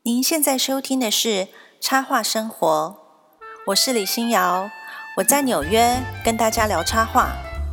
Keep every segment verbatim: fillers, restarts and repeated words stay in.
您现在收听的是《插画生活》，我是李欣瑶，我在纽约跟大家聊插画。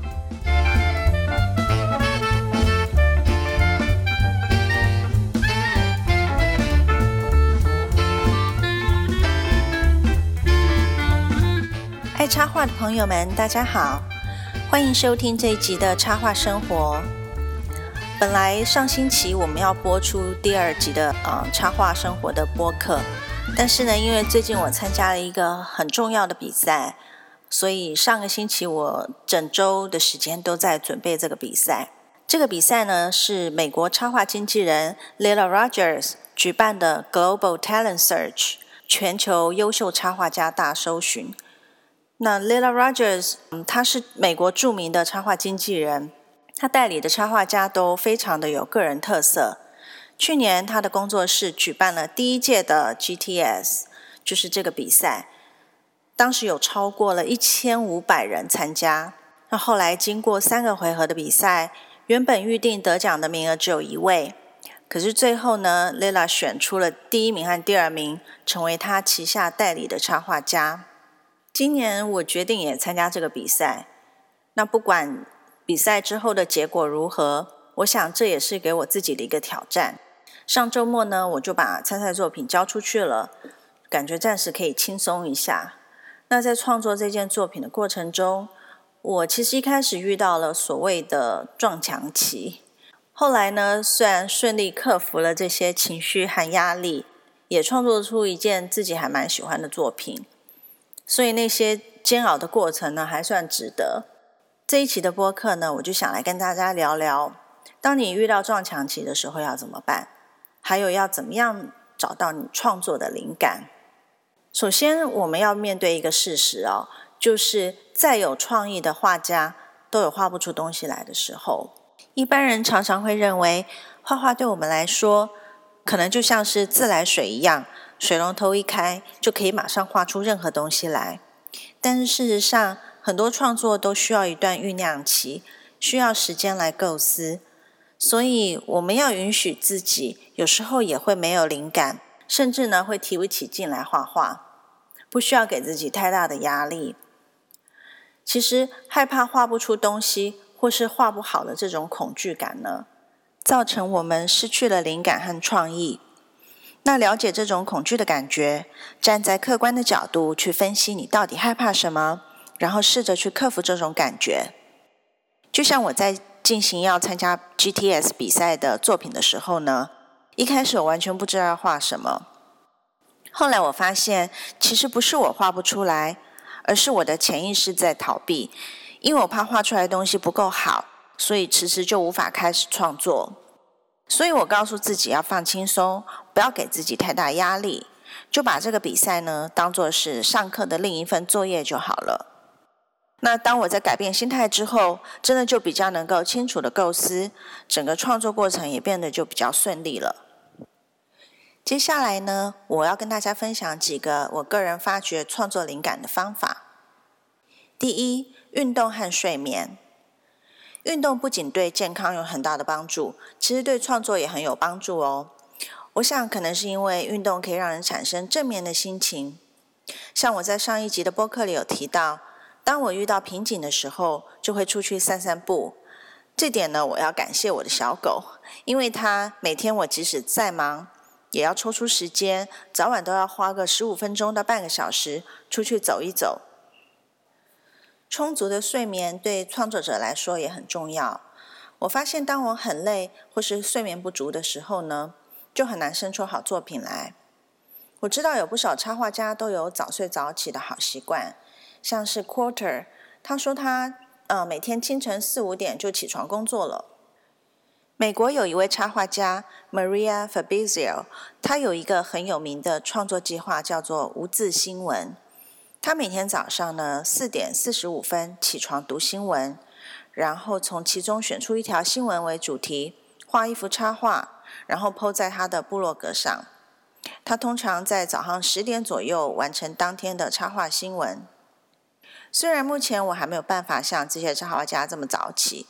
爱插画的朋友们，大家好，欢迎收听这一集的《插画生活》。本来上星期我们要播出第二集的呃插画生活的播客，但是呢，因为最近我参加了一个很重要的比赛，所以上个星期我整周的时间都在准备这个比赛。这个比赛呢是美国插画经纪人 Lila Rogers 举办的 Global Talent Search 全球优秀插画家大搜寻。那 Lila Rogers 嗯，她是美国著名的插画经纪人。他代理的插画家都非常的有个人特色。去年他的工作室举办了第一届的 G T S， 就是这个比赛，当时有超过了一千五百人参加。那后来经过三个回合的比赛，原本预定得奖的名额只有一位，可是最后呢 Lila 选出了第一名和第二名，成为他旗下代理的插画家。今年我决定也参加这个比赛，那不管比赛之后的结果如何，我想这也是给我自己的一个挑战。上周末呢，我就把参赛作品交出去了，感觉暂时可以轻松一下。那在创作这件作品的过程中，我其实一开始遇到了所谓的撞墙期。后来呢，虽然顺利克服了这些情绪和压力，也创作出一件自己还蛮喜欢的作品，所以那些煎熬的过程呢，还算值得。这一期的播客呢，我就想来跟大家聊聊，当你遇到撞墙期的时候要怎么办，还有要怎么样找到你创作的灵感。首先，我们要面对一个事实哦，就是再有创意的画家都有画不出东西来的时候。一般人常常会认为，画画对我们来说，可能就像是自来水一样，水龙头一开就可以马上画出任何东西来。但是事实上，很多创作都需要一段酝酿期，需要时间来构思，所以我们要允许自己有时候也会没有灵感，甚至呢会提不起劲来画画，不需要给自己太大的压力。其实害怕画不出东西或是画不好的这种恐惧感呢，造成我们失去了灵感和创意。那了解这种恐惧的感觉，站在客观的角度去分析你到底害怕什么，然后试着去克服这种感觉。就像我在进行要参加 G T S 比赛的作品的时候呢，一开始我完全不知道要画什么。后来我发现，其实不是我画不出来，而是我的潜意识在逃避，因为我怕画出来的东西不够好，所以迟迟就无法开始创作。所以我告诉自己要放轻松，不要给自己太大压力，就把这个比赛呢当作是上课的另一份作业就好了。那当我在改变心态之后，真的就比较能够清楚的构思，整个创作过程也变得就比较顺利了。接下来呢，我要跟大家分享几个我个人发掘创作灵感的方法。第一，运动和睡眠。运动不仅对健康有很大的帮助，其实对创作也很有帮助哦。我想可能是因为运动可以让人产生正面的心情。像我在上一集的播客里有提到，当我遇到瓶颈的时候，就会出去散散步。这点呢，我要感谢我的小狗，因为它每天我即使再忙，也要抽出时间，早晚都要花个十五分钟到半个小时出去走一走。充足的睡眠对创作者来说也很重要。我发现当我很累或是睡眠不足的时候呢，就很难生出好作品来。我知道有不少插画家都有早睡早起的好习惯，像是 Quarter， 他说他呃每天清晨四五点就起床工作了。美国有一位插画家 Maria Fabrizio， 他有一个很有名的创作计划叫做无字新闻。他每天早上呢四点四十五分起床读新闻，然后从其中选出一条新闻为主题，画一幅插画，然后 po 在他的部落格上。他通常在早上十点左右完成当天的插画新闻。虽然目前我还没有办法像这些插画家这么早起，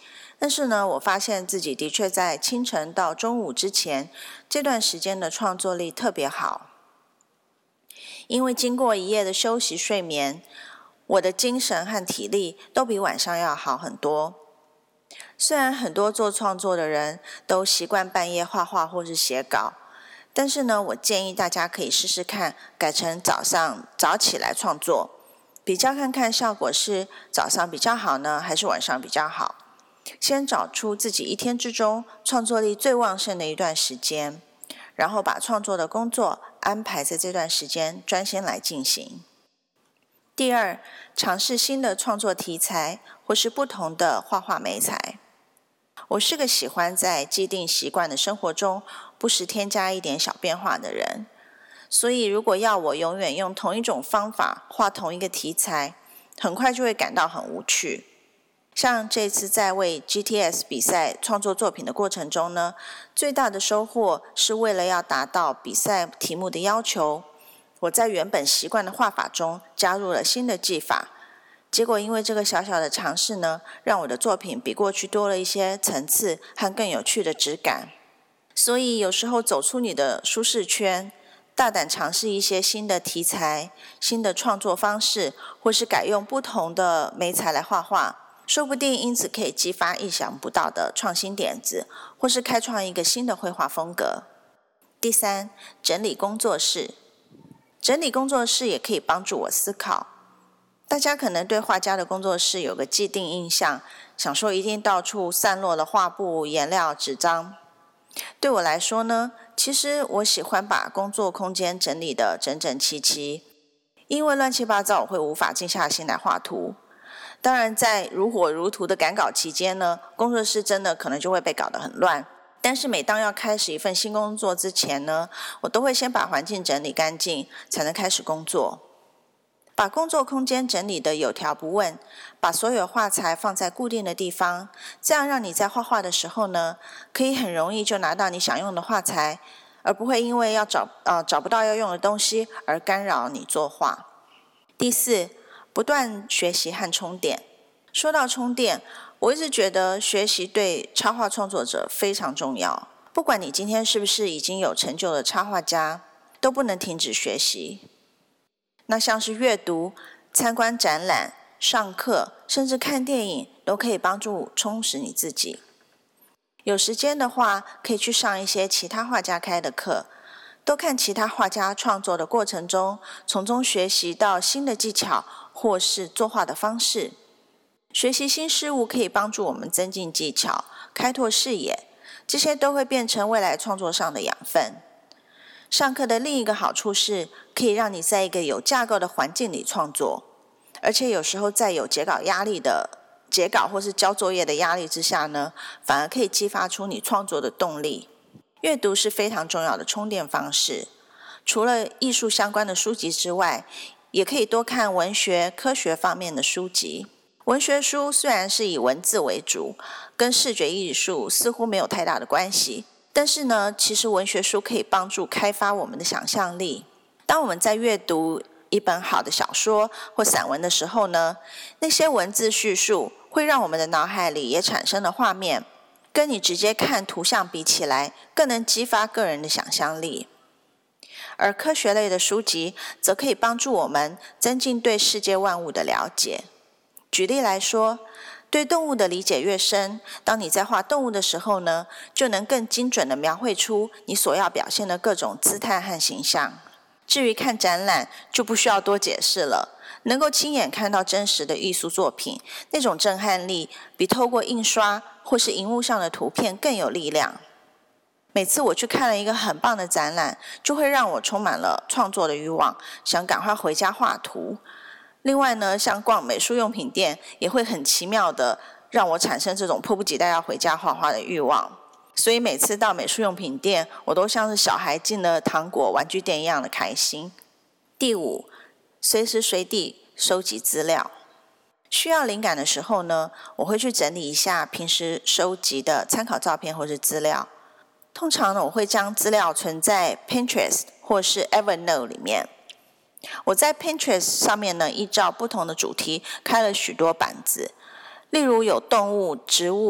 但是呢，我发现自己的确在清晨到中午之前这段时间的创作力特别好。因为经过一夜的休息睡眠，我的精神和体力都比晚上要好很多。虽然很多做创作的人都习惯半夜画画或是写稿，但是呢，我建议大家可以试试看，改成早上早起来创作，比较看看效果是早上比较好呢，还是晚上比较好。先找出自己一天之中创作力最旺盛的一段时间，然后把创作的工作安排在这段时间专心来进行。第二，尝试新的创作题材或是不同的画画媒材。我是个喜欢在既定习惯的生活中不时添加一点小变化的人，所以如果要我永远用同一种方法画同一个题材，很快就会感到很无趣。像这次在为 G T S 比赛创作作品的过程中呢，最大的收获是为了要达到比赛题目的要求，我在原本习惯的画法中加入了新的技法，结果因为这个小小的尝试呢，让我的作品比过去多了一些层次和更有趣的质感。所以有时候走出你的舒适圈，大胆尝试一些新的题材、新的创作方式，或是改用不同的媒材来画画，说不定因此可以激发意想不到的创新点子，或是开创一个新的绘画风格。第三，整理工作室。整理工作室也可以帮助我思考。大家可能对画家的工作室有个既定印象，想说一定到处散落了画布、颜料、纸张。对我来说呢，其实我喜欢把工作空间整理得整整齐齐，因为乱七八糟我会无法静下心来画图。当然在如火如荼的赶稿期间呢，工作室真的可能就会被搞得很乱。但是每当要开始一份新工作之前呢，我都会先把环境整理干净，才能开始工作。把工作空间整理得有条不紊，把所有画材放在固定的地方，这样让你在画画的时候呢，可以很容易就拿到你想用的画材，而不会因为要找呃找不到要用的东西而干扰你作画。第四，不断学习和充电。说到充电，我一直觉得学习对插画创作者非常重要。不管你今天是不是已经有成就的插画家，都不能停止学习。那像是阅读、参观展览、上课，甚至看电影，都可以帮助充实你自己。有时间的话，可以去上一些其他画家开的课，多看其他画家创作的过程中，从中学习到新的技巧或是作画的方式。学习新事物可以帮助我们增进技巧、开拓视野，这些都会变成未来创作上的养分。上课的另一个好处是，可以让你在一个有架构的环境里创作，而且有时候在有截稿压力的截稿或是交作业的压力之下呢，反而可以激发出你创作的动力。阅读是非常重要的充电方式，除了艺术相关的书籍之外，也可以多看文学、科学方面的书籍。文学书虽然是以文字为主，跟视觉艺术似乎没有太大的关系，但是呢，其实文学书可以帮助开发我们的想象力。当我们在阅读一本好的小说或散文的时候呢，那些文字叙述会让我们的脑海里也产生了画面，跟你直接看图像比起来，更能激发个人的想象力。而科学类的书籍则可以帮助我们增进对世界万物的了解。举例来说，对动物的理解越深，当你在画动物的时候呢，就能更精准地描绘出你所要表现的各种姿态和形象。至于看展览，就不需要多解释了，能够亲眼看到真实的艺术作品，那种震撼力比透过印刷或是荧幕上的图片更有力量。每次我去看了一个很棒的展览，就会让我充满了创作的欲望，想赶快回家画图。另外呢，像逛美术用品店，也会很奇妙的让我产生这种迫不及待要回家画画的欲望。所以每次到美术用品店，我都像是小孩进了糖果玩具店一样的开心。第五，随时随地收集资料。需要灵感的时候呢，我会去整理一下平时收集的参考照片或是资料。通常呢，我会将资料存在 Pinterest 或是 Evernote 里面。我在 Pinterest 上面呢，依照不同的主题开了许多板子，例如有动物、植物、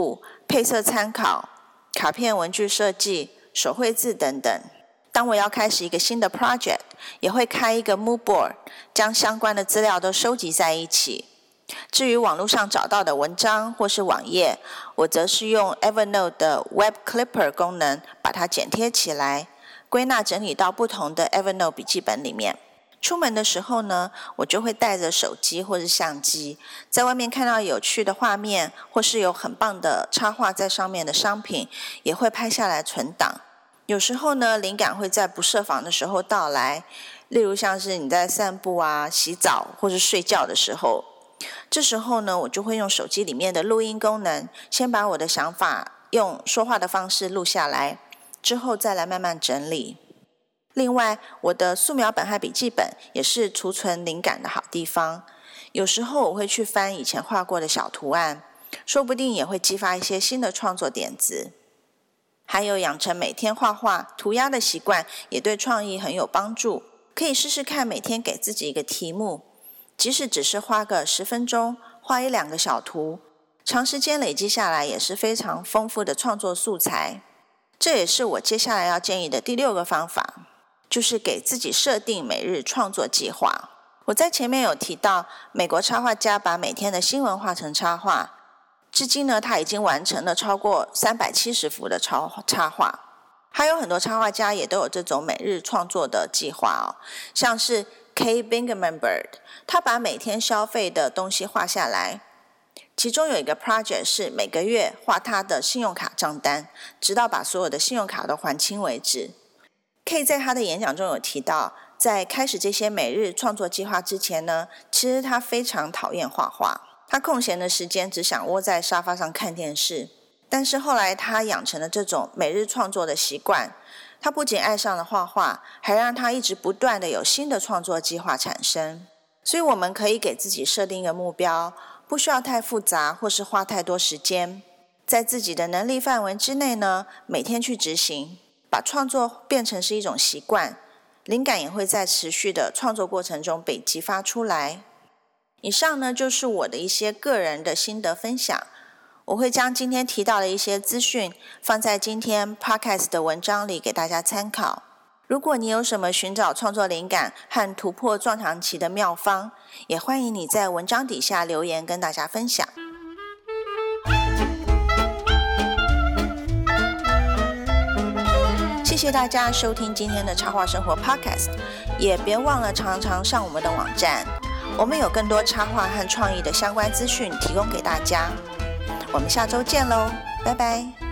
配色参考、卡片文具设计、手绘字等等。当我要开始一个新的 project， 也会开一个 mood board， 将相关的资料都收集在一起。至于网络上找到的文章或是网页，我则是用 Evernote 的 Web Clipper 功能把它剪贴起来，归纳整理到不同的 Evernote 笔记本里面。出门的时候呢，我就会带着手机或是相机，在外面看到有趣的画面，或是有很棒的插画在上面的商品，也会拍下来存档。有时候呢，灵感会在不设防的时候到来，例如像是你在散步啊、洗澡或是睡觉的时候。这时候呢，我就会用手机里面的录音功能，先把我的想法用说话的方式录下来，之后再来慢慢整理。另外，我的素描本和笔记本也是储存灵感的好地方。有时候我会去翻以前画过的小图案，说不定也会激发一些新的创作点子。还有养成每天画画、涂鸦的习惯，也对创意很有帮助。可以试试看每天给自己一个题目，即使只是花个十分钟，画一两个小图，长时间累积下来也是非常丰富的创作素材。这也是我接下来要建议的第六个方法，就是给自己设定每日创作计划。我在前面有提到，美国插画家把每天的新闻画成插画，至今呢，他已经完成了超过三百七十幅的插画。还有很多插画家也都有这种每日创作的计划哦，像是 Kay Bingaman-Bird， 他把每天消费的东西画下来，其中有一个 project 是每个月画他的信用卡账单，直到把所有的信用卡都还清为止。Kay 在他的演讲中有提到，在开始这些每日创作计划之前呢，其实他非常讨厌画画，他空闲的时间只想窝在沙发上看电视。但是后来他养成了这种每日创作的习惯，他不仅爱上了画画，还让他一直不断的有新的创作计划产生。所以我们可以给自己设定一个目标，不需要太复杂或是花太多时间，在自己的能力范围之内呢，每天去执行，把创作变成是一种习惯，灵感也会在持续的创作过程中被激发出来。以上呢，就是我的一些个人的心得分享。我会将今天提到的一些资讯放在今天 Podcast 的文章里给大家参考。如果你有什么寻找创作灵感和突破撞墙期的妙方，也欢迎你在文章底下留言跟大家分享。谢谢大家收听今天的插画生活 Podcast， 也别忘了常常上我们的网站，我们有更多插画和创意的相关资讯提供给大家。我们下周见喽，拜拜。